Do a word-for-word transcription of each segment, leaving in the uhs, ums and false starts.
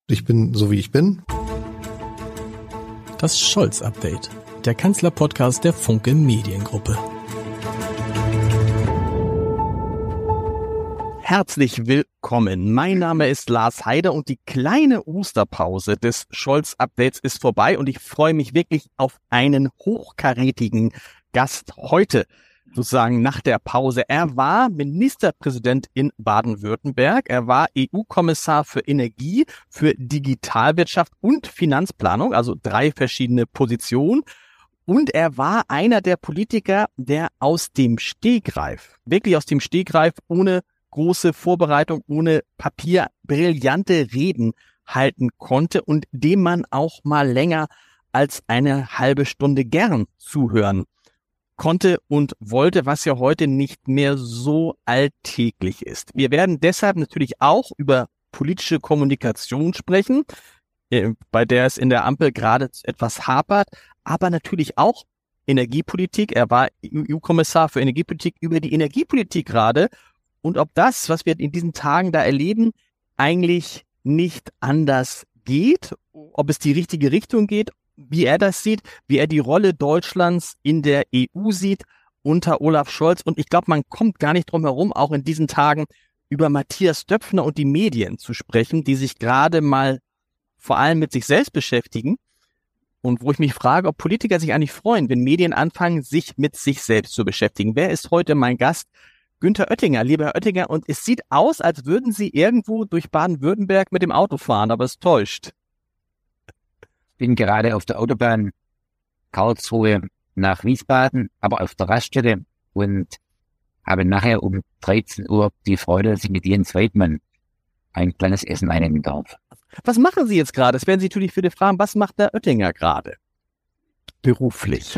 Ich bin so, wie ich bin. Das Scholz-Update, der Kanzler-Podcast der Funke Mediengruppe. Herzlich willkommen. Mein Name ist Lars Heider und die kleine Osterpause des Scholz-Updates ist vorbei und ich freue mich wirklich auf einen hochkarätigen Gast heute, sozusagen nach der Pause. Er war Ministerpräsident in Baden-Württemberg. Er war E U-Kommissar für Energie, für Digitalwirtschaft und Finanzplanung, also drei verschiedene Positionen. Und er war einer der Politiker, der aus dem Stegreif, wirklich aus dem Stegreif, ohne große Vorbereitung, ohne Papier, brillante Reden halten konnte und dem man auch mal länger als eine halbe Stunde gern zuhören konnte und wollte, was ja heute nicht mehr so alltäglich ist. Wir werden deshalb natürlich auch über politische Kommunikation sprechen, äh, bei der es in der Ampel gerade etwas hapert, aber natürlich auch Energiepolitik. Er war E U-Kommissar für Energiepolitik, über die Energiepolitik gerade und ob das, was wir in diesen Tagen da erleben, eigentlich nicht anders geht, ob es die richtige Richtung geht, wie er das sieht, wie er die Rolle Deutschlands in der E U sieht unter Olaf Scholz. Und ich glaube, man kommt gar nicht drum herum, auch in diesen Tagen über Matthias Döpfner und die Medien zu sprechen, die sich gerade mal vor allem mit sich selbst beschäftigen. Und wo ich mich frage, ob Politiker sich eigentlich freuen, wenn Medien anfangen, sich mit sich selbst zu beschäftigen. Wer ist heute mein Gast? Günther Oettinger, lieber Herr Oettinger. Und es sieht aus, als würden Sie irgendwo durch Baden-Württemberg mit dem Auto fahren, aber es täuscht. Bin gerade auf der Autobahn Karlsruhe nach Wiesbaden, aber auf der Raststätte und habe nachher um dreizehn Uhr die Freude, dass ich mit Jens Weidmann ein kleines Essen einnehmen darf. Was machen Sie jetzt gerade? Das werden Sie natürlich viele fragen. Was macht der Oettinger gerade? Beruflich.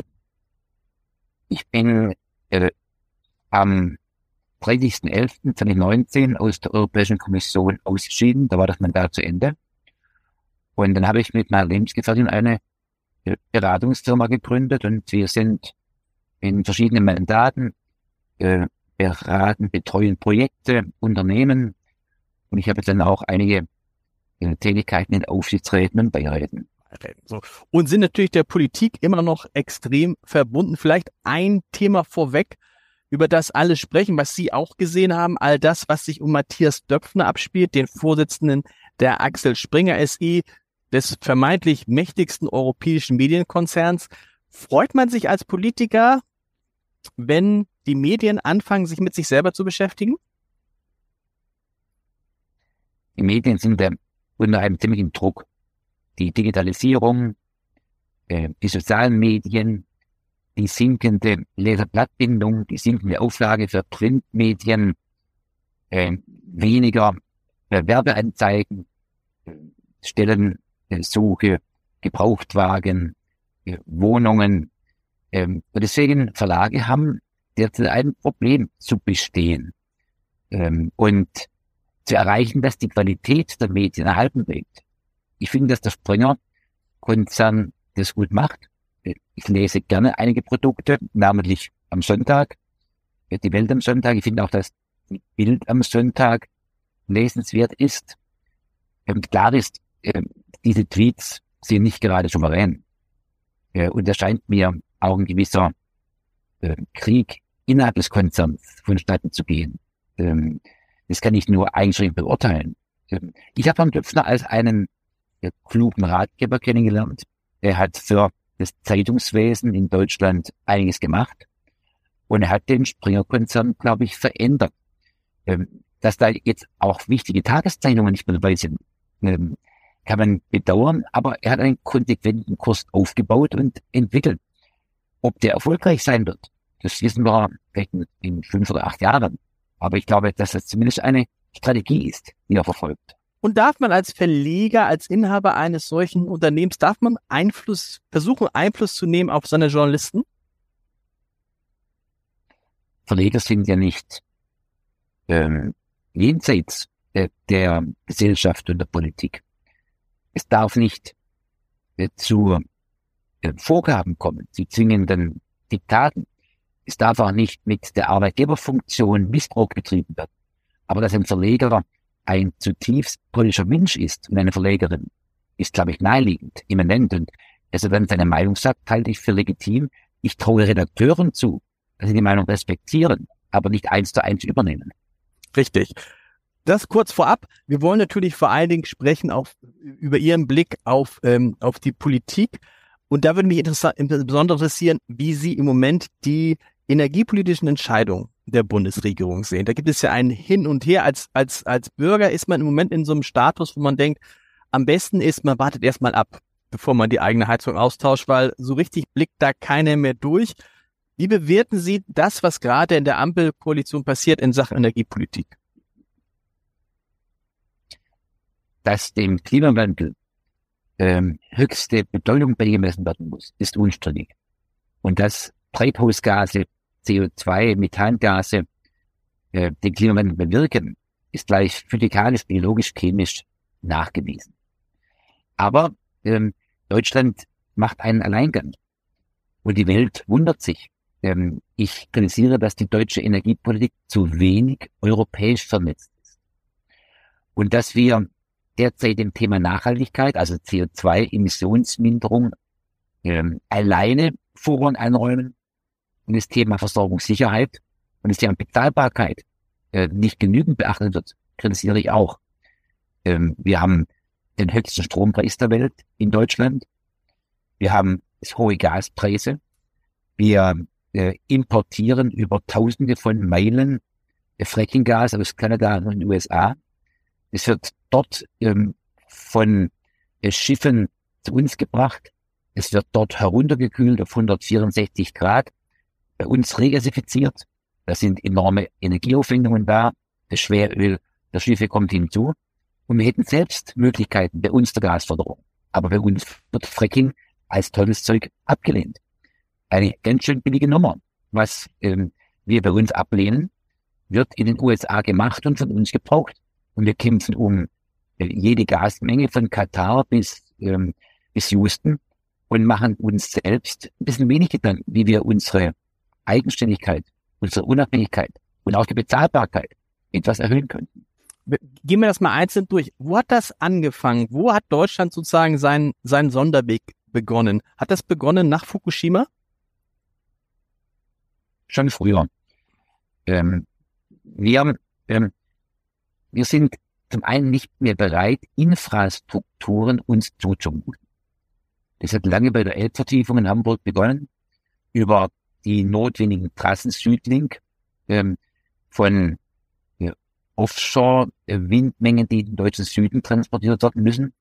Ich bin äh, am dreißigsten elften zweitausendneunzehn aus der Europäischen Kommission ausgeschieden. Da war das Mandat zu Ende. Und dann habe ich mit meiner Lebensgefährtin eine Beratungsfirma gegründet und wir sind in verschiedenen Mandaten äh, beraten, betreuen Projekte, Unternehmen und ich habe dann auch einige äh, Tätigkeiten in Aufsichtsräten und Beiräten. So. Und sind natürlich der Politik immer noch extrem verbunden. Vielleicht ein Thema vorweg, über das alle sprechen, was Sie auch gesehen haben, all das, was sich um Matthias Döpfner abspielt, den Vorsitzenden der Axel Springer S E, des vermeintlich mächtigsten europäischen Medienkonzerns. Freut man sich als Politiker, wenn die Medien anfangen, sich mit sich selber zu beschäftigen? Die Medien sind äh, unter einem ziemlichen Druck. Die Digitalisierung, äh, die sozialen Medien, die sinkende Leserblattbindung, die sinkende Auflage für Printmedien, äh, weniger äh, Werbeanzeigen, äh, Stellen, Suche, Gebrauchtwagen, Wohnungen. Und deswegen Verlage haben derzeit ein Problem zu bestehen und zu erreichen, dass die Qualität der Medien erhalten bleibt. Ich finde, dass der Springer-Konzern das gut macht. Ich lese gerne einige Produkte, namentlich am Sonntag, die Welt am Sonntag. Ich finde auch, dass die Bild am Sonntag lesenswert ist. Und klar ist, diese Tweets sind nicht gerade souverän. Und da scheint mir auch ein gewisser äh, Krieg innerhalb des Konzerns vonstatten zu gehen. Ähm, das kann ich nur eingeschränkt beurteilen. Ähm, ich habe Herrn Döpfner als einen äh, klugen Ratgeber kennengelernt. Er hat für das Zeitungswesen in Deutschland einiges gemacht und er hat den Springer-Konzern, glaube ich, verändert. Ähm, dass da jetzt auch wichtige Tageszeitungen nicht mehr dabei sind, ähm, kann man bedauern, aber er hat einen konsequenten Kurs aufgebaut und entwickelt. Ob der erfolgreich sein wird, das wissen wir vielleicht in fünf oder acht Jahren. Aber ich glaube, dass das zumindest eine Strategie ist, die er verfolgt. Und darf man als Verleger, als Inhaber eines solchen Unternehmens, darf man Einfluss, versuchen, Einfluss zu nehmen auf seine Journalisten? Verleger sind ja nicht ähm, jenseits der, der Gesellschaft und der Politik. Es darf nicht äh, zu äh, Vorgaben kommen, zu zwingenden Diktaten. Es darf auch nicht mit der Arbeitgeberfunktion Missbrauch betrieben werden. Aber dass ein Verleger ein zutiefst politischer Mensch ist und eine Verlegerin, ist, glaube ich, naheliegend, immanent. Und dass er dann seine Meinung sagt, halte ich für legitim. Ich traue Redakteuren zu, dass sie die Meinung respektieren, aber nicht eins zu eins übernehmen. Richtig. Das kurz vorab. Wir wollen natürlich vor allen Dingen sprechen auf, über Ihren Blick auf, ähm, auf die Politik. Und da würde mich interessa- insbesondere interessieren, wie Sie im Moment die energiepolitischen Entscheidungen der Bundesregierung sehen. Da gibt es ja ein Hin und Her. Als, als, als Bürger ist man im Moment in so einem Status, wo man denkt, am besten ist, man wartet erstmal ab, bevor man die eigene Heizung austauscht, weil so richtig blickt da keiner mehr durch. Wie bewerten Sie das, was gerade in der Ampelkoalition passiert in Sachen Energiepolitik? Dass dem Klimawandel ähm, höchste Bedeutung beigemessen werden muss, ist unstrittig. Und dass Treibhausgase, C O zwei, Methangase äh, den Klimawandel bewirken, ist gleich physikalisch, biologisch, chemisch nachgewiesen. Aber ähm, Deutschland macht einen Alleingang und die Welt wundert sich. Ähm, ich kritisiere, dass die deutsche Energiepolitik zu wenig europäisch vernetzt ist und dass wir derzeit dem Thema Nachhaltigkeit, also C O zwei Emissionsminderung, ähm, alleine Vorrang einräumen und das Thema Versorgungssicherheit und das Thema Bezahlbarkeit äh, nicht genügend beachtet wird, kritisiere ich auch. Ähm, wir haben den höchsten Strompreis der Welt in Deutschland. Wir haben hohe Gaspreise. Wir äh, importieren über Tausende von Meilen äh, Frackinggas aus Kanada und den U S A. Es wird dort ähm, von äh, Schiffen zu uns gebracht. Es wird dort heruntergekühlt auf hundertvierundsechzig Grad. Bei uns regasifiziert. Da sind enorme Energieaufwendungen da. Das Schweröl der Schiffe kommt hinzu. Und wir hätten selbst Möglichkeiten bei uns der Gasförderung. Aber bei uns wird Fracking als tolles Zeug abgelehnt. Eine ganz schön billige Nummer. Was ähm, wir bei uns ablehnen, wird in den U S A gemacht und von uns gebraucht. Und wir kämpfen um äh, jede Gasmenge von Katar bis, ähm, bis Houston und machen uns selbst ein bisschen wenig Gedanken, wie wir unsere Eigenständigkeit, unsere Unabhängigkeit und auch die Bezahlbarkeit etwas erhöhen könnten. Gehen wir das mal einzeln durch. Wo hat das angefangen? Wo hat Deutschland sozusagen seinen, seinen Sonderweg begonnen? Hat das begonnen nach Fukushima? Schon früher. Ähm, wir, ähm, wir sind zum einen nicht mehr bereit, Infrastrukturen uns zuzumuten. Das hat lange bei der Elbvertiefung in Hamburg begonnen, über die notwendigen Trassen Südlink ähm, von ja, Offshore-Windmengen, die in den deutschen Süden transportiert werden müssen,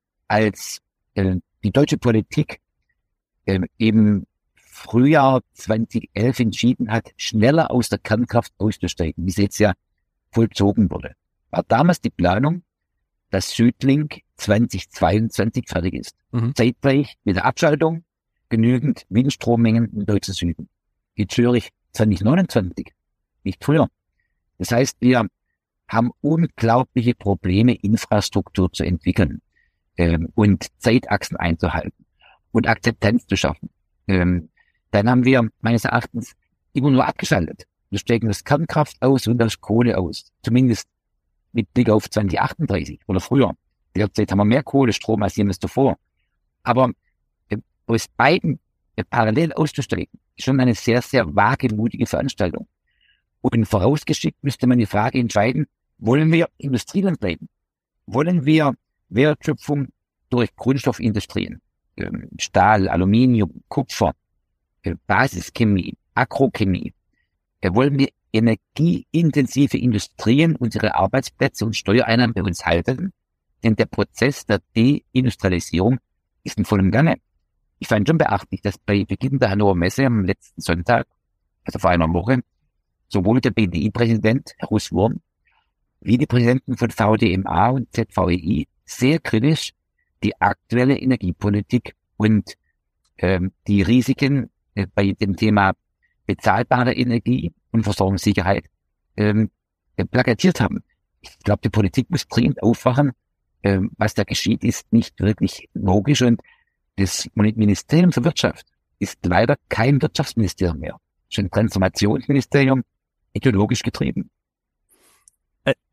als äh, die deutsche Politik äh, im Frühjahr zweitausendelf entschieden hat, schneller aus der Kernkraft auszusteigen, wie es jetzt ja vollzogen wurde. War damals die Planung, dass Südlink zweitausendzweiundzwanzig fertig ist. Mhm. Zeitgleich mit der Abschaltung genügend Windstrommengen im deutschen Süden. Jetzt höre ich zweitausendneunundzwanzig, nicht früher. Das heißt, wir haben unglaubliche Probleme, Infrastruktur zu entwickeln ähm, und Zeitachsen einzuhalten und Akzeptanz zu schaffen. Ähm, dann haben wir meines Erachtens immer nur abgeschaltet. Wir stecken das Kernkraft aus und das Kohle aus. Zumindest mit Blick auf zweitausendachtunddreißig oder früher. Derzeit haben wir mehr Kohlestrom als jemals davor. Aber äh, aus beiden äh, parallel auszusteigen, ist schon eine sehr, sehr wagemutige Veranstaltung. Und vorausgeschickt müsste man die Frage entscheiden, wollen wir Industrieland bleiben? Wollen wir Wertschöpfung durch Grundstoffindustrien, äh, Stahl, Aluminium, Kupfer, äh, Basischemie, Agrochemie, äh, wollen wir energieintensive Industrien unsere Arbeitsplätze und Steuereinnahmen bei uns halten? Denn der Prozess der Deindustrialisierung ist in vollem Gange. Ich fand schon beachtlich, dass bei Beginn der Hannover Messe am letzten Sonntag, also vor einer Woche, sowohl der B D I-Präsident, Herr Russ-Wurm, wie die Präsidenten von V D M A und Z V E I sehr kritisch die aktuelle Energiepolitik und ähm, die Risiken äh, bei dem Thema bezahlbare Energie und Versorgungssicherheit ähm, äh, plakatiert haben. Ich glaube, die Politik muss dringend aufwachen. Ähm, was da geschieht, ist nicht wirklich logisch und das Ministerium für Wirtschaft ist leider kein Wirtschaftsministerium mehr. Es ist ein Transformationsministerium, ideologisch getrieben. Äh,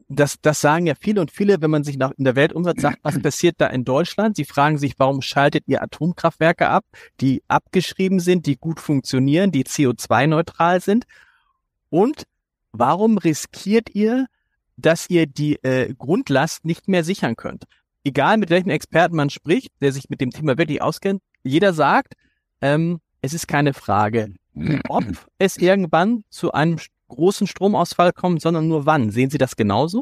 das, das sagen ja viele und viele, wenn man sich nach, in der Welt umschaut, sagt, was passiert da in Deutschland? Sie fragen sich, warum schaltet ihr Atomkraftwerke ab, die abgeschrieben sind, die gut funktionieren, die C O zwei neutral sind? Und warum riskiert ihr, dass ihr die äh, Grundlast nicht mehr sichern könnt? Egal, mit welchem Experten man spricht, der sich mit dem Thema wirklich auskennt, jeder sagt, ähm, es ist keine Frage, ob es irgendwann zu einem großen Stromausfall kommt, sondern nur wann. Sehen Sie das genauso?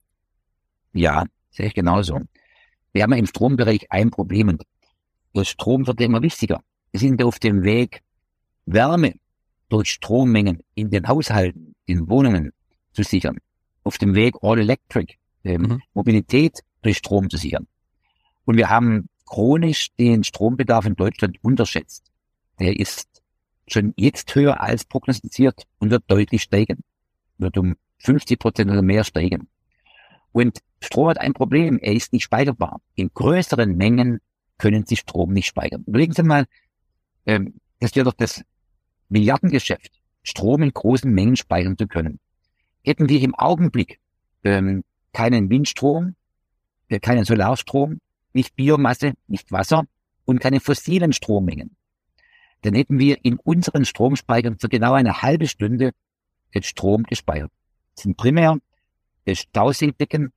Ja, sehe ich genauso. Wir haben ja im Strombereich ein Problem und der Strom wird immer wichtiger. Wir sind auf dem Weg, Wärme durch Strommengen in den Haushalten, in Wohnungen zu sichern. Auf dem Weg All Electric, ähm, mhm. Mobilität durch Strom zu sichern. Und wir haben chronisch den Strombedarf in Deutschland unterschätzt. Der ist schon jetzt höher als prognostiziert und wird deutlich steigen. Wird um fünfzig Prozent oder mehr steigen. Und Strom hat ein Problem. Er ist nicht speicherbar. In größeren Mengen können Sie Strom nicht speichern. Überlegen Sie mal, ähm, das wäre doch das Milliardengeschäft, Strom in großen Mengen speichern zu können. Hätten wir im Augenblick ähm, keinen Windstrom, äh, keinen Solarstrom, nicht Biomasse, nicht Wasser und keine fossilen Strommengen, dann hätten wir in unseren Stromspeichern für genau eine halbe Stunde den Strom gespeichert. Das sind primär Stauseebecken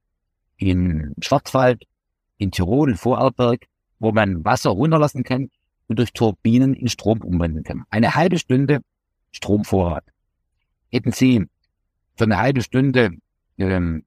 in Schwarzwald, in Tirol, in Vorarlberg, wo man Wasser runterlassen kann und durch Turbinen in Strom umwandeln kann. Eine halbe Stunde Stromvorrat. Hätten Sie für eine halbe Stunde ähm,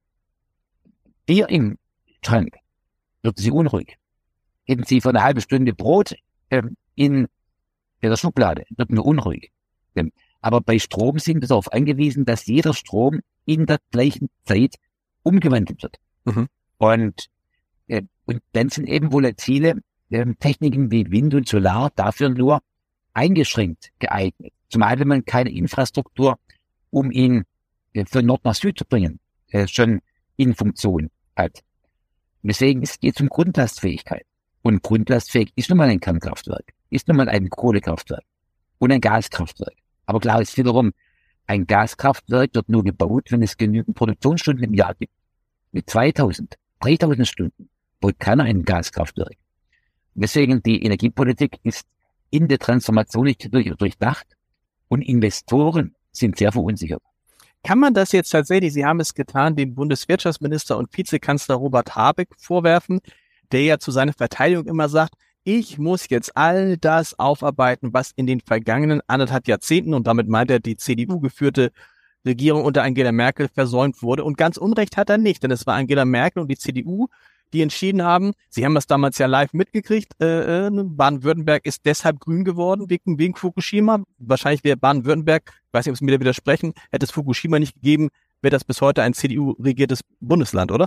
Bier im Schrank, würden Sie unruhig. Hätten Sie für eine halbe Stunde Brot ähm, in der Schublade, würden wir unruhig. Aber bei Strom sind wir darauf angewiesen, dass jeder Strom in der gleichen Zeit umgewandelt wird. Mhm. Und, äh, und dann sind eben volatile äh, Techniken wie Wind und Solar dafür nur eingeschränkt geeignet. Zumal wenn man keine Infrastruktur, um ihn äh, von Nord nach Süd zu bringen, äh, schon in Funktion hat. Und deswegen ist es geht um Grundlastfähigkeit. Und grundlastfähig ist nun mal ein Kernkraftwerk, ist nun mal ein Kohlekraftwerk und ein Gaskraftwerk. Aber klar ist wiederum, ein Gaskraftwerk wird nur gebaut, wenn es genügend Produktionsstunden im Jahr gibt. Mit zweitausend, dreitausend Stunden baut keiner ein Gaskraftwerk. Und deswegen die Energiepolitik ist in der Transformation nicht durchdacht und Investoren sind sehr verunsichert. Kann man das jetzt tatsächlich, Sie haben es getan, dem Bundeswirtschaftsminister und Vizekanzler Robert Habeck vorwerfen, der ja zu seiner Verteidigung immer sagt, ich muss jetzt all das aufarbeiten, was in den vergangenen anderthalb Jahrzehnten, und damit meint er die C D U geführte Regierung unter Angela Merkel, versäumt wurde. Und ganz Unrecht hat er nicht, denn es war Angela Merkel und die C D U, die entschieden haben, Sie haben das damals ja live mitgekriegt, äh, Baden-Württemberg ist deshalb grün geworden, wegen, wegen Fukushima. Wahrscheinlich wäre Baden-Württemberg, ich weiß nicht, ob Sie mir da widersprechen, hätte es Fukushima nicht gegeben, wäre das bis heute ein C D U-regiertes Bundesland, oder?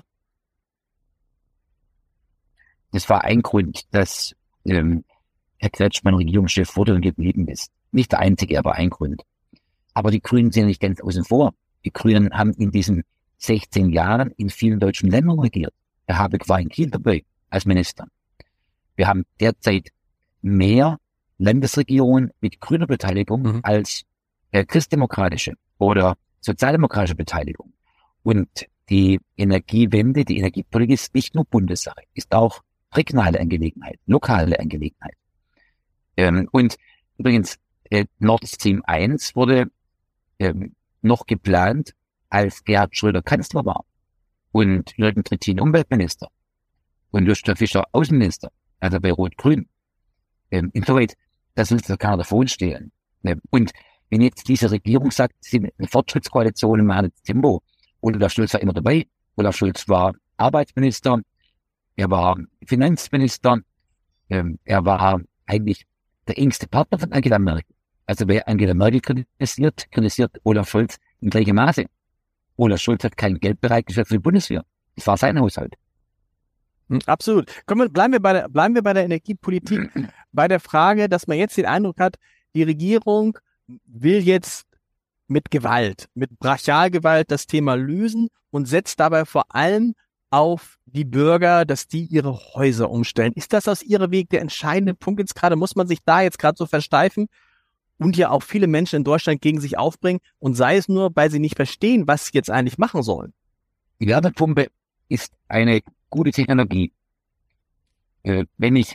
Das war ein Grund, dass ähm, Herr Kretschmann Regierungschef wurde und geblieben ist. Nicht der einzige, aber ein Grund. Aber die Grünen sind nicht ganz außen vor. Die Grünen haben in diesen sechzehn Jahren in vielen deutschen Ländern regiert. Herr Habeck war in Kiel dabei als Minister. Wir haben derzeit mehr Landesregierungen mit grüner Beteiligung mhm. als äh, christdemokratische oder sozialdemokratische Beteiligung. Und die Energiewende, die Energiepolitik ist nicht nur Bundessache, ist auch regionale Angelegenheit, lokale Angelegenheit. Ähm, und übrigens, äh, Nord Stream eins wurde ähm, noch geplant, als Gerhard Schröder Kanzler war und Jürgen Trittin Umweltminister und Joschka Fischer Außenminister, also bei Rot-Grün. Ähm, insoweit, das will sich keiner davon stehen. Ähm, und wenn jetzt diese Regierung sagt, sie sind eine Fortschrittskoalition im Ernst Tempo, Olaf Scholz war immer dabei, Olaf Scholz war Arbeitsminister, er war Finanzminister, ähm, er war eigentlich der engste Partner von Angela Merkel. Also wer Angela Merkel kritisiert, kritisiert Olaf Scholz in gleichem Maße. Olaf Scholz hat kein Geld bereitgestellt für die Bundeswehr. Das war sein Haushalt. Absolut. Kommen wir, bleiben wir bei der, bleiben wir bei der Energiepolitik, bei der Frage, dass man jetzt den Eindruck hat, die Regierung will jetzt mit Gewalt, mit Brachialgewalt das Thema lösen und setzt dabei vor allem auf die Bürger, dass die ihre Häuser umstellen. Ist das aus Ihrer Weg der entscheidende Punkt jetzt gerade? Muss man sich da jetzt gerade so versteifen und ja auch viele Menschen in Deutschland gegen sich aufbringen und sei es nur, weil sie nicht verstehen, was sie jetzt eigentlich machen sollen? Die Wärmepumpe ist eine gute Technologie. Äh, wenn ich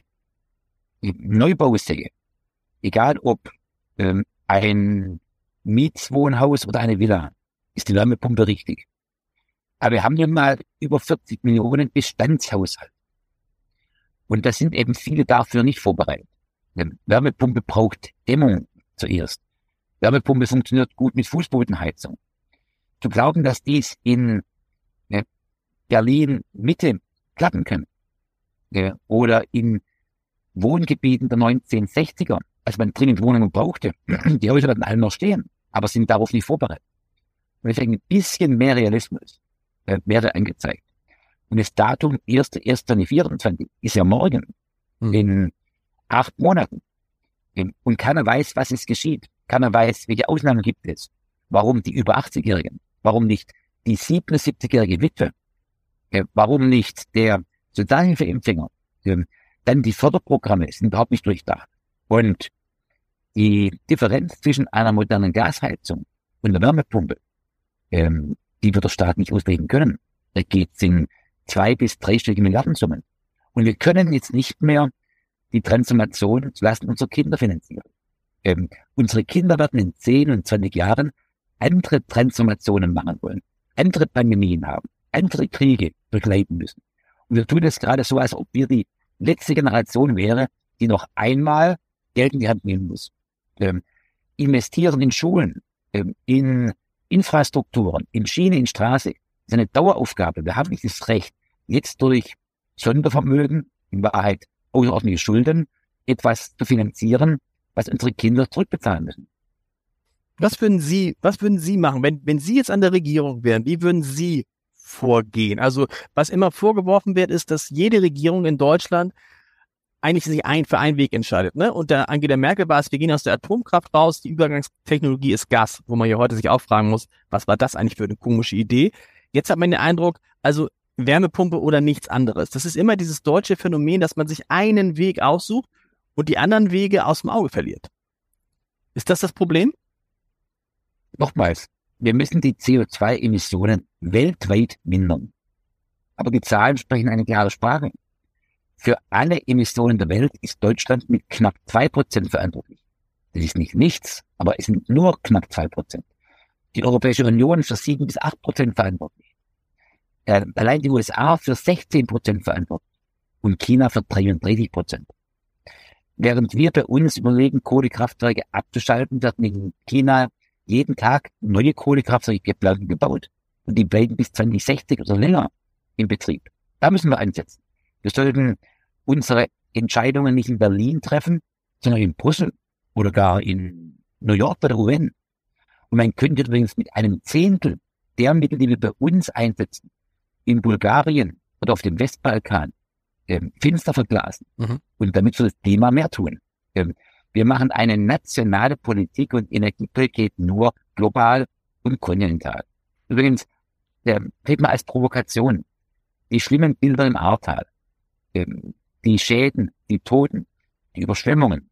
Neubau sehe, egal ob ähm, ein Mietswohnhaus oder eine Villa, ist die Wärmepumpe richtig. Aber wir haben ja mal über vierzig Millionen Bestandshaushalte. Und da sind eben viele dafür nicht vorbereitet. Die Wärmepumpe braucht Dämmung zuerst. Wärmepumpe funktioniert gut mit Fußbodenheizung. Zu glauben, dass dies in äh, Berlin Mitte klappen kann, äh, oder in Wohngebieten der neunzehnhundertsechziger, als man dringend Wohnungen brauchte, die Häuser werden alle noch stehen, aber sind darauf nicht vorbereitet. Und deswegen ein bisschen mehr Realismus äh, wäre angezeigt. Und das Datum erster erster vierundzwanzig ist ja morgen, hm. in acht Monaten. Und keiner weiß, was es geschieht. Keiner weiß, welche Ausnahmen gibt es. Warum die über achtzigjährigen? Warum nicht die siebenundsiebzigjährige Witwe? Äh, warum nicht der Sozialhilfeempfänger? Ähm, dann die Förderprogramme sind überhaupt nicht durchdacht. Und die Differenz zwischen einer modernen Gasheizung und der Wärmepumpe, ähm, die wird der Staat nicht auslegen können. Da geht es in zwei- bis dreistellige Milliardensummen. Und wir können jetzt nicht mehr die Transformation zulasten unserer Kinder finanzieren. Ähm, unsere Kinder werden in zehn und zwanzig Jahren andere Transformationen machen wollen, andere Pandemien haben, andere Kriege begleiten müssen. Und wir tun es gerade so, als ob wir die letzte Generation wäre, die noch einmal Geld in die Hand nehmen muss. Ähm, investieren in Schulen, ähm, in Infrastrukturen, in Schiene, in Straße, ist eine Daueraufgabe. Wir haben nicht das Recht, jetzt durch Sondervermögen, in Wahrheit außerordentliche Schulden, etwas zu finanzieren, was unsere Kinder zurückbezahlen müssen. Was würden Sie, was würden Sie machen, wenn, wenn Sie jetzt an der Regierung wären? Wie würden Sie vorgehen? Also, was immer vorgeworfen wird, ist, dass jede Regierung in Deutschland eigentlich sich ein, für einen Weg entscheidet, ne? Und der Angela Merkel war es, wir gehen aus der Atomkraft raus, die Übergangstechnologie ist Gas, wo man ja heute sich auch fragen muss, was war das eigentlich für eine komische Idee? Jetzt hat man den Eindruck, also Wärmepumpe oder nichts anderes. Das ist immer dieses deutsche Phänomen, dass man sich einen Weg aussucht und die anderen Wege aus dem Auge verliert. Ist das das Problem? Nochmals, wir müssen die C O zwei Emissionen weltweit mindern. Aber die Zahlen sprechen eine klare Sprache. Für alle Emissionen der Welt ist Deutschland mit knapp zwei Prozent verantwortlich. Das ist nicht nichts, aber es sind nur knapp zwei Prozent. Die Europäische Union für sieben bis acht Prozent verantwortlich. Äh, allein die U S A für sechzehn Prozent verantwortlich. Und China für dreiunddreißig Prozent. Während wir bei uns überlegen, Kohlekraftwerke abzuschalten, werden in China jeden Tag neue Kohlekraftwerke gebaut. Und die bleiben bis zwanzig sechzig oder länger im Betrieb. Da müssen wir ansetzen. Wir sollten unsere Entscheidungen nicht in Berlin treffen, sondern in Brüssel oder gar in New York bei der U N. Und man könnte übrigens mit einem Zehntel der Mittel, die wir bei uns einsetzen, in Bulgarien oder auf dem Westbalkan, ähm, finster verglasen. Mhm. Und damit für das Klima mehr tun. Ähm, wir machen eine nationale Politik und Energiepolitik nur global und kontinental. Übrigens, äh, vielleicht mal als Provokation, die schlimmen Bilder im Ahrtal, ähm, die Schäden, die Toten, die Überschwemmungen,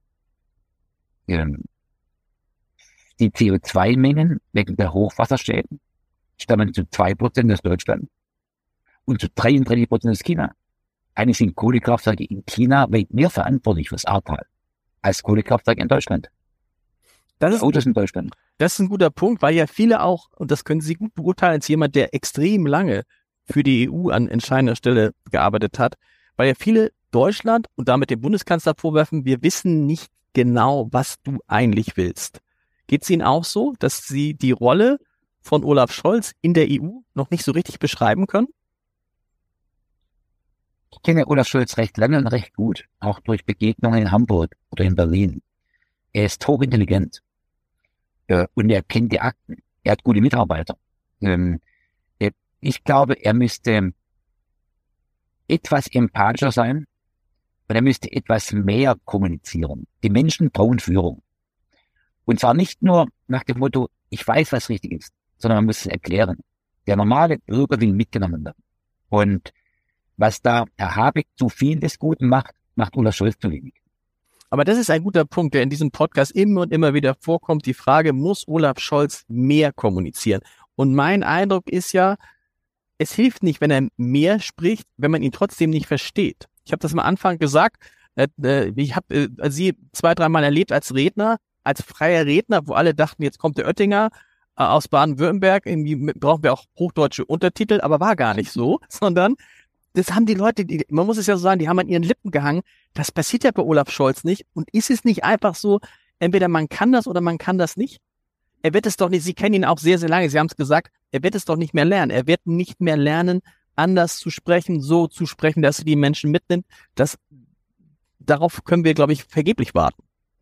ähm, die C O zwei Mengen wegen der Hochwasserschäden stammen zu zwei Prozent aus Deutschland und zu dreiunddreißig Prozent aus China. Eigentlich sind Kohlekraftwerke in China weit mehr verantwortlich fürs Ahrtal als Kohlekraftwerke in Deutschland. Das ist, Autos in Deutschland. Das ist ein guter Punkt, weil ja viele auch, und das können Sie gut beurteilen als jemand, der extrem lange für die E U an entscheidender Stelle gearbeitet hat, weil ja viele Deutschland und damit dem Bundeskanzler vorwerfen, wir wissen nicht genau, was du eigentlich willst. Geht es Ihnen auch so, dass Sie die Rolle von Olaf Scholz in der E U noch nicht so richtig beschreiben können? Ich kenne Olaf Scholz recht lange und recht gut, auch durch Begegnungen in Hamburg oder in Berlin. Er ist hochintelligent äh, und er kennt die Akten. Er hat gute Mitarbeiter. Ähm, er, ich glaube, er müsste etwas empathischer sein und er müsste etwas mehr kommunizieren. Die Menschen brauchen Führung. Und zwar nicht nur nach dem Motto, ich weiß, was richtig ist, sondern man muss es erklären. Der normale Bürger will mitgenommen werden. Und was da Herr Habeck zu viel des Guten macht, macht Olaf Scholz zu wenig. Aber das ist ein guter Punkt, der in diesem Podcast immer und immer wieder vorkommt. Die Frage, muss Olaf Scholz mehr kommunizieren? Und mein Eindruck ist ja, es hilft nicht, wenn er mehr spricht, wenn man ihn trotzdem nicht versteht. Ich habe das am Anfang gesagt, äh, ich habe äh, sie zwei, dreimal erlebt als Redner, als freier Redner, wo alle dachten, jetzt kommt der Oettinger äh, aus Baden-Württemberg, irgendwie brauchen wir auch hochdeutsche Untertitel, aber war gar nicht so, sondern das haben die Leute, die, man muss es ja so sagen, die haben an ihren Lippen gehangen. Das passiert ja bei Olaf Scholz nicht. Und ist es nicht einfach so, entweder man kann das oder man kann das nicht? Er wird es doch nicht, Sie kennen ihn auch sehr, sehr lange, Sie haben es gesagt, er wird es doch nicht mehr lernen. Er wird nicht mehr lernen, anders zu sprechen, so zu sprechen, dass er die Menschen mitnimmt. Das, darauf können wir, glaube ich, vergeblich warten.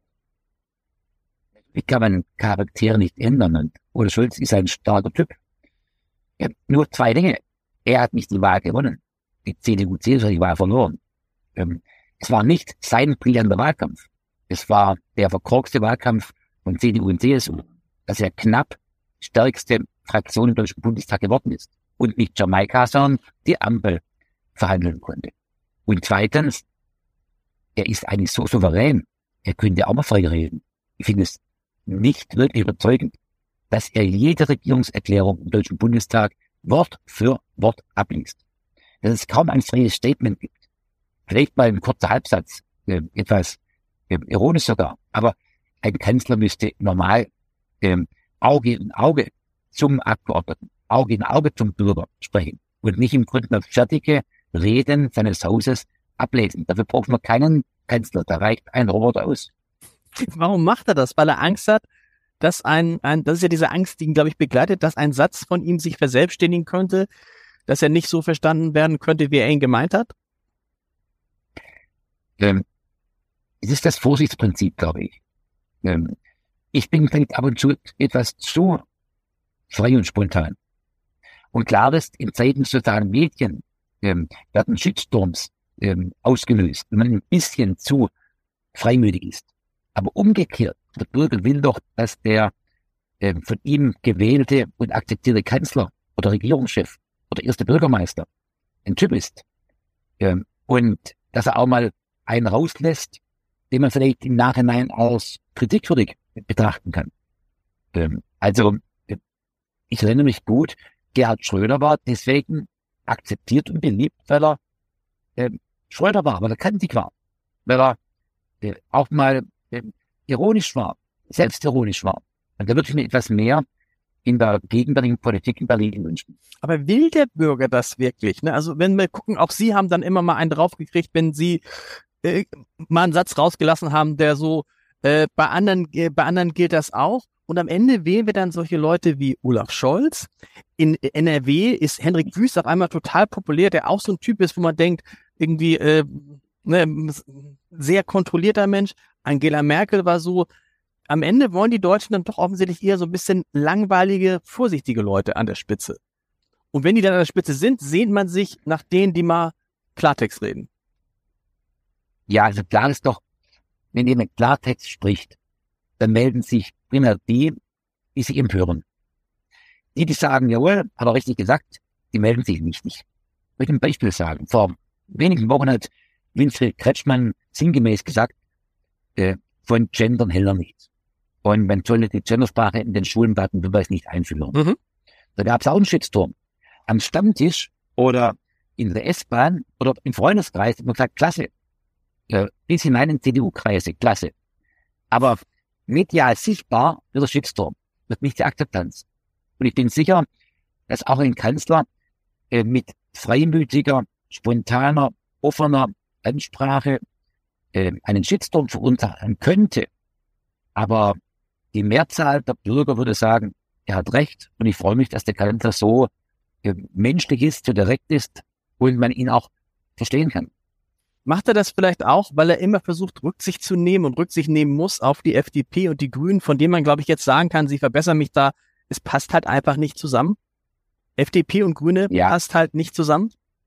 Wie kann man Charaktere nicht ändern? Und Olaf Scholz ist ein starker Typ. Ja, nur zwei Dinge. Er hat nicht die Wahl gewonnen. Die C D U, C S U hat die Wahl verloren. Ähm, es war nicht sein brillanter Wahlkampf. Es war der verkorkste Wahlkampf von C D U und C S U, dass er knapp stärkste Fraktion im Deutschen Bundestag geworden ist und nicht Jamaika, sondern die Ampel verhandeln konnte. Und zweitens, er ist eigentlich so souverän, er könnte auch mal frei reden. Ich finde es nicht wirklich überzeugend, dass er jede Regierungserklärung im Deutschen Bundestag Wort für Wort abliest. Dass es kaum ein freies Statement gibt. Vielleicht mal ein kurzer Halbsatz, äh, etwas äh, ironisch sogar, aber ein Kanzler müsste normal ähm, Auge in Auge zum Abgeordneten, Auge in Auge zum Bürger sprechen und nicht im Grunde auf fertige Reden seines Hauses ablesen. Dafür braucht man keinen Kanzler, da reicht ein Roboter aus. Warum macht er das? Weil er Angst hat, dass ein, ein, das ist ja diese Angst, die ihn, glaube ich, begleitet, dass ein Satz von ihm sich verselbstständigen könnte, dass er nicht so verstanden werden könnte, wie er ihn gemeint hat? Ähm, es ist das Vorsichtsprinzip, glaube ich. Ähm, ich bin vielleicht ab und zu etwas zu frei und spontan. Und klar ist, in Zeiten sozialen Medien ähm, werden Shitstorms ähm, ausgelöst, wenn man ein bisschen zu freimütig ist. Aber umgekehrt, der Bürger will doch, dass der ähm, von ihm gewählte und akzeptierte Kanzler oder Regierungschef oder erste Bürgermeister ein Typ ist. Ähm, und dass er auch mal einen rauslässt, den man vielleicht im Nachhinein als kritikwürdig betrachten kann. Ähm, also, ich erinnere mich gut, Gerhard Schröder war deswegen akzeptiert und beliebt, weil er äh, Schröder war, weil er kantig war, weil er äh, auch mal äh, ironisch war, selbstironisch war. Und da würde ich mir etwas mehr in der gegenwärtigen Politik in Berlin wünschen. Aber will der Bürger das wirklich? Ne? Also wenn wir gucken, auch Sie haben dann immer mal einen draufgekriegt, wenn Sie äh, mal einen Satz rausgelassen haben, der so, äh, bei anderen, äh, bei anderen gilt das auch. Und am Ende wählen wir dann solche Leute wie Olaf Scholz. In N R W ist Hendrik Wüst auf einmal total populär, der auch so ein Typ ist, wo man denkt, irgendwie äh, ne, sehr kontrollierter Mensch. Angela Merkel war so. Am Ende wollen die Deutschen dann doch offensichtlich eher so ein bisschen langweilige, vorsichtige Leute an der Spitze. Und wenn die dann an der Spitze sind, sehnt man sich nach denen, die mal Klartext reden. Ja, also klar ist doch, wenn jemand Klartext spricht, dann melden sich primär die, die sich empören. Die, die sagen, jawohl, hat er richtig gesagt, die melden sich nicht. Ich möchte ein Beispiel sagen. Vor wenigen Wochen hat Winfried Kretschmann sinngemäß gesagt, äh, von Gendern hält er nichts. Und man solle die Gendersprache in den Schulen Baden-Württemberg nicht einführen. Mhm. Da gab es auch einen Shitstorm. Am Stammtisch oder in der S-Bahn oder im Freundeskreis hat man gesagt, klasse. Äh, bis hinein in C D U-Kreise, klasse. Aber medial sichtbar wird der Shitstorm, wird nicht die Akzeptanz. Und ich bin sicher, dass auch ein Kanzler äh, mit freimütiger, spontaner, offener Ansprache äh, einen Shitstorm verursachen könnte. Aber die Mehrzahl der Bürger würde sagen, er hat recht. Und ich freue mich, dass der Kanzler so äh, menschlich ist, so direkt ist und man ihn auch verstehen kann. Macht er das vielleicht auch, weil er immer versucht, Rücksicht zu nehmen und Rücksicht nehmen muss auf die F D P und die Grünen, von denen man, glaube ich, jetzt sagen kann, sie verbessern mich da, es passt halt einfach nicht zusammen? F D P und Grüne ja. Passt halt nicht zusammen?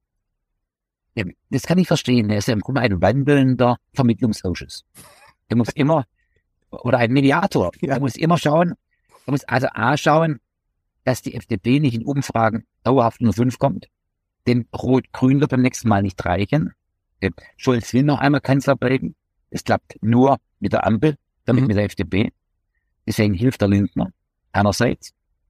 Ja, das kann ich verstehen. Er ist ja im Grunde ein wandelnder Vermittlungsausschuss. Er muss immer, oder ein Mediator, ja. Er muss immer schauen, er muss also A schauen, dass die F D P nicht in Umfragen dauerhaft nur fünf kommt, denn Rot-Grün wird beim nächsten Mal nicht reichen. Scholz will noch einmal Kanzler bleiben. Es klappt nur mit der Ampel, damit mhm. mit der F D P. Deswegen hilft der Lindner einerseits.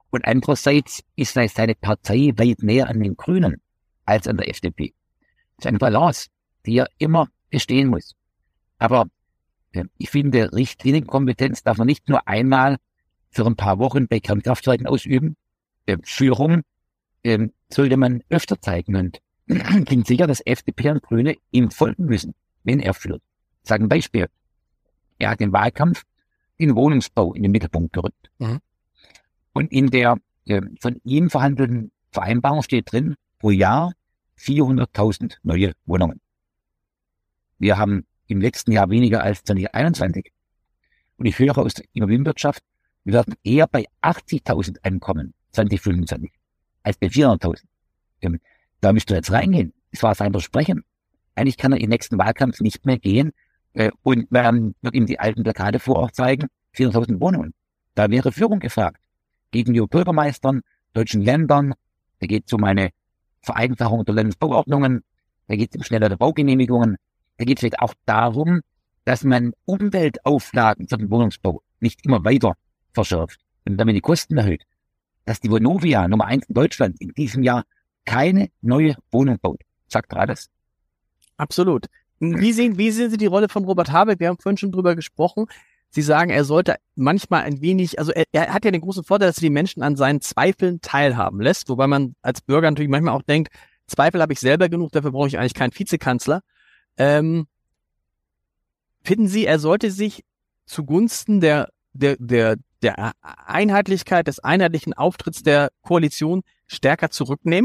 Und andererseits ist seine Partei weit näher an den Grünen als an der F D P. Das ist eine Balance, die er immer bestehen muss. Aber äh, ich finde, Richtlinienkompetenz darf man nicht nur einmal für ein paar Wochen bei Kernkraftwerken ausüben. Äh, Führung äh, sollte man öfter zeigen. Und ich bin sicher, dass F D P und Grüne ihm folgen müssen, wenn er führt. Ich sage ein Beispiel. Er hat im Wahlkampf den Wohnungsbau in den Mittelpunkt gerückt. Mhm. Und in der äh, von ihm verhandelten Vereinbarung steht drin, pro Jahr vierhunderttausend neue Wohnungen. Wir haben im letzten Jahr weniger als zwanzig einundzwanzig. Und ich höre aus der Immobilienwirtschaft, wir werden eher bei achtzigtausend ankommen, zwanzig fünfundzwanzig, als bei vierhunderttausend. Ähm, da müsst ihr jetzt reingehen. Das war sein Versprechen. Eigentlich kann er im nächsten Wahlkampf nicht mehr gehen äh, und man wird ihm die alten Plakate vor Ort zeigen, vierhunderttausend Wohnungen. Da wäre Führung gefragt. Gegenüber Bürgermeistern, deutschen Ländern, da geht es um eine Vereinfachung der Landesbauordnungen, da geht es um schnellere Baugenehmigungen, da geht es vielleicht auch darum, dass man Umweltauflagen für den Wohnungsbau nicht immer weiter verschärft und damit die Kosten erhöht. Dass die Vonovia, Nummer eins in Deutschland, in diesem Jahr keine neue Wohnung baut. Sagt er alles. Absolut. Wie sehen, wie sehen Sie die Rolle von Robert Habeck? Wir haben vorhin schon drüber gesprochen. Sie sagen, er sollte manchmal ein wenig, also er, er hat ja den großen Vorteil, dass er die Menschen an seinen Zweifeln teilhaben lässt, wobei man als Bürger natürlich manchmal auch denkt, Zweifel habe ich selber genug, dafür brauche ich eigentlich keinen Vizekanzler. Ähm, finden Sie, er sollte sich zugunsten der, der, der, der Einheitlichkeit, des einheitlichen Auftritts der Koalition stärker zurücknehmen?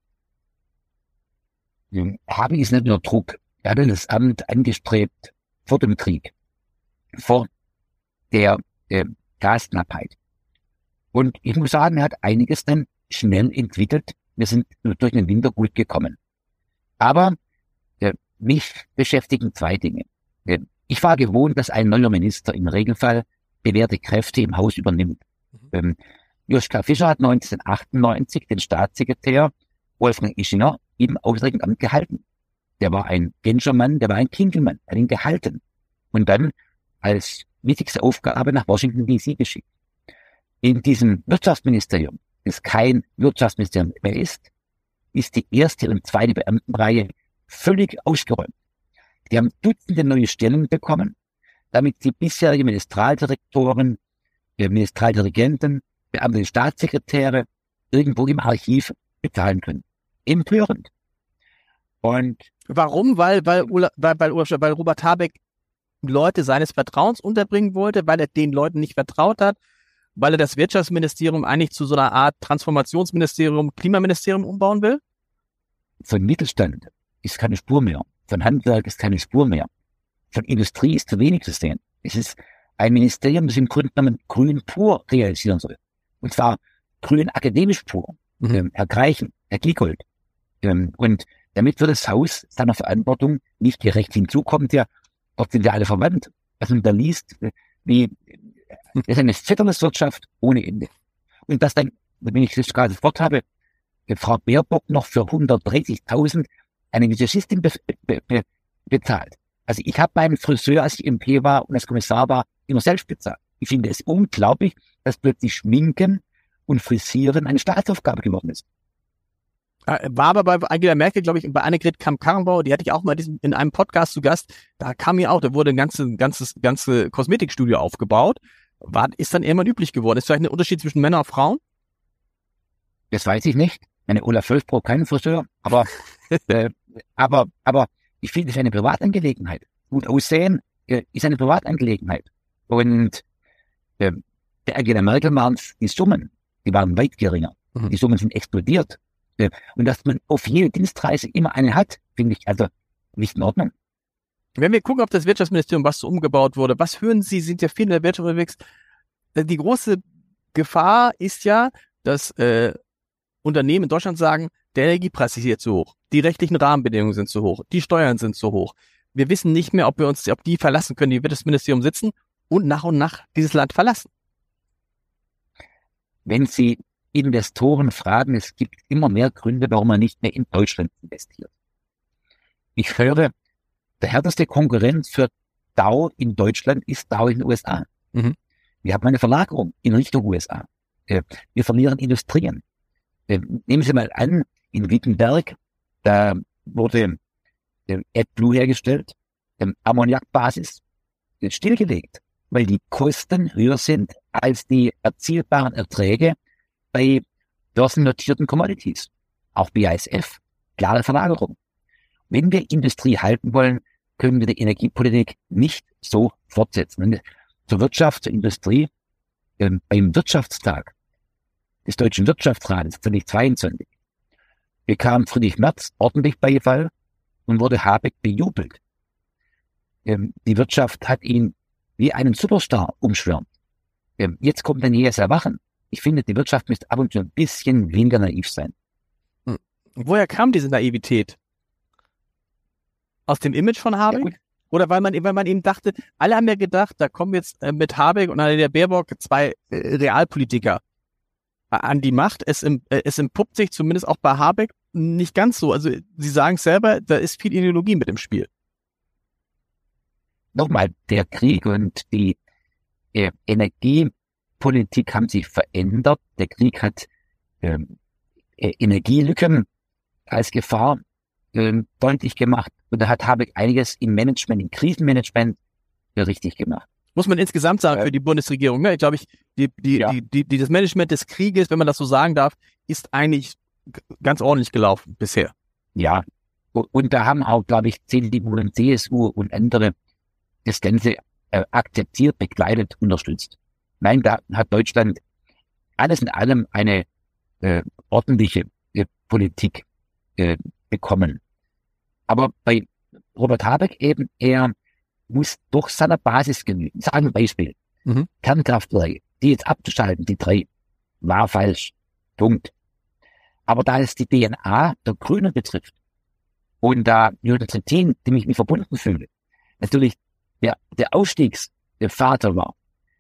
Habeck ist nicht nur Druck. Er hat das Amt angestrebt vor dem Krieg, vor der äh, Gasknappheit. Und ich muss sagen, er hat einiges dann schnell entwickelt. Wir sind durch den Winter gut gekommen. Aber äh, mich beschäftigen zwei Dinge. Äh, ich war gewohnt, dass ein neuer Minister im Regelfall bewährte Kräfte im Haus übernimmt. Mhm. Ähm, Joschka Fischer hat neunzehnhundertachtundneunzig den Staatssekretär Wolfgang Ischinger im Auswärtigen Amt gehalten. Der war ein Genschermann, der war ein Kinkelmann, hat ihn gehalten. Und dann als wichtigste Aufgabe nach Washington D C geschickt. In diesem Wirtschaftsministerium, das kein Wirtschaftsministerium mehr ist, ist die erste und zweite Beamtenreihe völlig ausgeräumt. Die haben Dutzende neue Stellen bekommen, damit die bisherige Ministerialdirektoren, Ministerialdirigenten, Beamte, Staatssekretäre irgendwo im Archiv bezahlen können. Empörend. Und warum? Weil, weil, weil, weil, weil Robert Habeck Leute seines Vertrauens unterbringen wollte, weil er den Leuten nicht vertraut hat, weil er das Wirtschaftsministerium eigentlich zu so einer Art Transformationsministerium, Klimaministerium umbauen will? Von Mittelstand ist keine Spur mehr. Von Handwerk ist keine Spur mehr. Von Industrie ist zu wenig zu sehen. Es ist ein Ministerium, das im Grunde genommen grün pur realisieren soll. Und zwar grün akademisch pur. Mhm. Ähm, Herr Greichen, Herr Giegold. Ähm, und damit wird das Haus seiner Verantwortung nicht gerecht hinzukommen. Ja, dort sind ja alle verwandt. Was man da liest, wie, das ist eine Vetterneswirtschaft ohne Ende. Und das dann, wenn ich das gerade sofort habe, Frau Baerbock noch für hundertdreißigtausend eine Visagistin be- be- be- bezahlt. Also ich habe meinen Friseur, als ich M P war und als Kommissar war, immer selbst bezahlt. Ich finde es unglaublich, dass plötzlich Schminken und Frisieren eine Staatsaufgabe geworden ist. War aber bei Angela Merkel, glaube ich, und bei Annegret Kramp-Karrenbauer, die hatte ich auch mal in einem Podcast zu Gast, da kam mir auch, da wurde ein ganzes, ganzes, ganze Kosmetikstudio aufgebaut, war, ist dann irgendwann üblich geworden. Ist vielleicht ein Unterschied zwischen Männern und Frauen? Das weiß ich nicht. Meine Olaf Scholz braucht keinen Friseur, aber, äh, aber, aber ich finde, es ist eine Privatangelegenheit. Gut aussehen äh, ist eine Privatangelegenheit. Und äh, der Angela Merkel waren die Summen, die waren weit geringer. Mhm. Die Summen sind explodiert. Äh, und dass man auf jede Dienstreise immer eine hat, finde ich also nicht in Ordnung. Wenn wir gucken auf das Wirtschaftsministerium, was so umgebaut wurde, was hören Sie, sind ja viele in der Wirtschaft unterwegs. Die große Gefahr ist ja, dass äh, Unternehmen in Deutschland sagen, der Energiepreis ist hier zu hoch, die rechtlichen Rahmenbedingungen sind zu hoch, die Steuern sind zu hoch. Wir wissen nicht mehr, ob wir uns auf die verlassen können, die im Wirtschaftsministerium sitzen und nach und nach dieses Land verlassen. Wenn Sie Investoren fragen, es gibt immer mehr Gründe, warum man nicht mehr in Deutschland investiert. Ich höre, der härteste Konkurrent für Dow in Deutschland ist Dow in den U S A. Mhm. Wir haben eine Verlagerung in Richtung U S A. Äh, wir verlieren Industrien. Äh, nehmen Sie mal an, in Wittenberg, da wurde äh, AdBlue hergestellt, ähm, Ammoniakbasis, äh, stillgelegt, weil die Kosten höher sind als die erzielbaren Erträge bei börsennotierten Commodities. Auch B A S F, klare Verlagerung. Wenn wir Industrie halten wollen, können wir die Energiepolitik nicht so fortsetzen. Wenn wir zur Wirtschaft, zur Industrie, ähm, beim Wirtschaftstag des Deutschen Wirtschaftsrates zweitausendzweiundzwanzig bekam Friedrich Merz ordentlich Beifall und wurde Habeck bejubelt. Ähm, die Wirtschaft hat ihn wie einen Superstar umschwärmt. Ähm, jetzt kommt ein jähes Erwachen. Ich finde, die Wirtschaft müsste ab und zu ein bisschen weniger naiv sein. Hm. Woher kam diese Naivität? Aus dem Image von Habeck? Ja, oder weil man, weil man eben dachte, alle haben ja gedacht, da kommen jetzt äh, mit Habeck und der Baerbock zwei äh, Realpolitiker an die Macht. Es, äh, es entpuppt sich zumindest auch bei Habeck nicht ganz so. Also Sie sagen selber, da ist viel Ideologie mit im Spiel. Nochmal, der Krieg und die äh, Energiepolitik haben sich verändert. Der Krieg hat ähm, äh, Energielücken als Gefahr ähm, deutlich gemacht. Und da hat Habeck einiges im Management, im Krisenmanagement äh, richtig gemacht. Muss man insgesamt sagen, für die Bundesregierung, ne? Ich glaube, ich, die, die, ja. die, die, die, das Management des Krieges, wenn man das so sagen darf, ist eigentlich ganz ordentlich gelaufen bisher. Ja, und da haben auch, glaube ich, C D U und C S U und andere das Ganze äh, akzeptiert, begleitet, unterstützt. Nein, da hat Deutschland alles in allem eine äh, ordentliche äh, Politik äh, bekommen. Aber bei Robert Habeck eben, er muss durch seiner Basis genügen. Ich sage ein Beispiel. Mhm. Kernkraftwerke, die jetzt abzuschalten, die drei, war falsch. Punkt. Aber da es die D N A der Grünen betrifft und da Jürgen Trittin, dem ich mich verbunden fühle, natürlich der, der Ausstiegsvater war,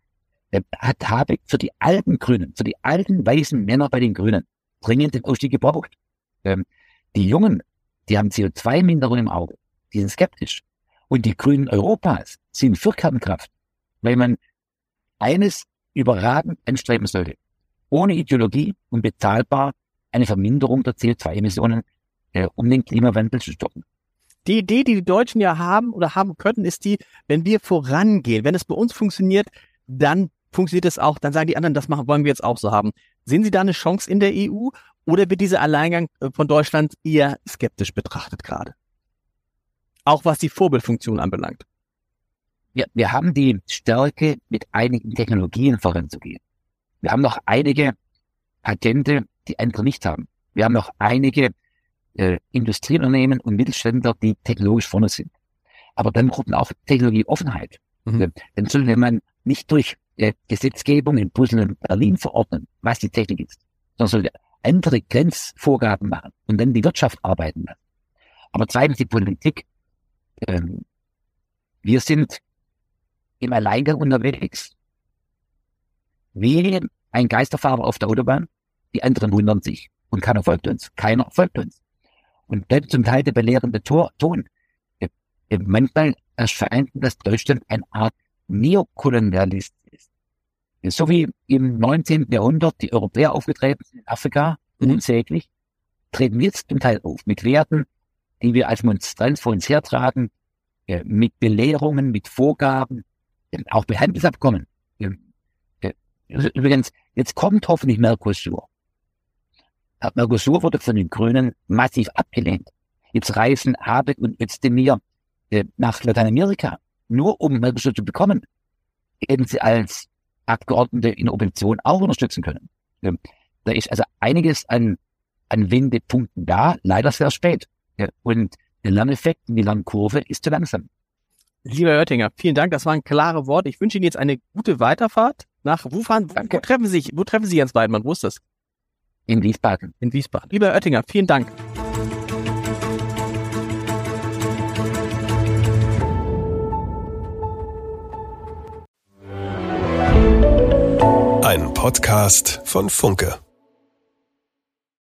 hat Habeck für die alten Grünen, für die alten weißen Männer bei den Grünen dringend den Ausstieg gebraucht. Ähm, die Jungen, die haben C O zwei Minderung im Auge, die sind skeptisch. Und die Grünen Europas sind für Kernkraft, weil man eines überragend anstreben sollte. Ohne Ideologie und bezahlbar eine Verminderung der C O zwei Emissionen, äh, um den Klimawandel zu stoppen. Die Idee, die die Deutschen ja haben oder haben könnten, ist die, wenn wir vorangehen, wenn es bei uns funktioniert, dann funktioniert es auch, dann sagen die anderen, das machen, wollen wir jetzt auch so haben. Sehen Sie da eine Chance in der E U oder wird dieser Alleingang von Deutschland eher skeptisch betrachtet gerade? Auch was die Vorbildfunktion anbelangt. Ja, wir haben die Stärke, mit einigen Technologien voranzugehen. Wir haben noch einige Patente, die andere nicht haben. Wir haben noch einige äh, Industrieunternehmen und Mittelständler, die technologisch vorne sind. Aber dann braucht man auch Technologieoffenheit. Mhm. Dann sollte man nicht durch äh, Gesetzgebung in Brüssel und Berlin verordnen, was die Technik ist, sondern sollte andere Grenzvorgaben machen und dann die Wirtschaft arbeiten lassen. Aber zweitens die Politik. Ähm, wir sind im Alleingang unterwegs. Wie ein Geisterfahrer auf der Autobahn, die anderen wundern sich und keiner folgt uns. Keiner folgt uns. Und dann zum Teil der belehrende Tor, Ton. Äh, äh, manchmal erscheint, dass Deutschland eine Art Neokolonialist ist. So wie im neunzehnten Jahrhundert die Europäer aufgetreten sind in Afrika, mhm. unsäglich, treten wir jetzt zum Teil auf mit Werten, die wir als Monstranz vor uns hertragen, äh, mit Belehrungen, mit Vorgaben, äh, auch bei Handelsabkommen. Äh, äh, übrigens, jetzt kommt hoffentlich Mercosur. Mercosur wurde von den Grünen massiv abgelehnt. Jetzt reisen Habeck und Özdemir äh, nach Lateinamerika, nur um Mercosur zu bekommen. Hätten sie als Abgeordnete in der Opposition auch unterstützen können. Äh, da ist also einiges an, an Wendepunkten da, leider sehr spät. Ja, und der Lerneffekt und die Lernkurve ist zu langsam. Lieber Herr Oettinger, vielen Dank, das waren klare Worte. Ich wünsche Ihnen jetzt eine gute Weiterfahrt nach, wo fahren, wo, wo treffen Sie sich, wo treffen Sie Jens Weidmann, wo ist das? In Wiesbaden. In Wiesbaden. Lieber Herr Oettinger, vielen Dank. Ein Podcast von Funke.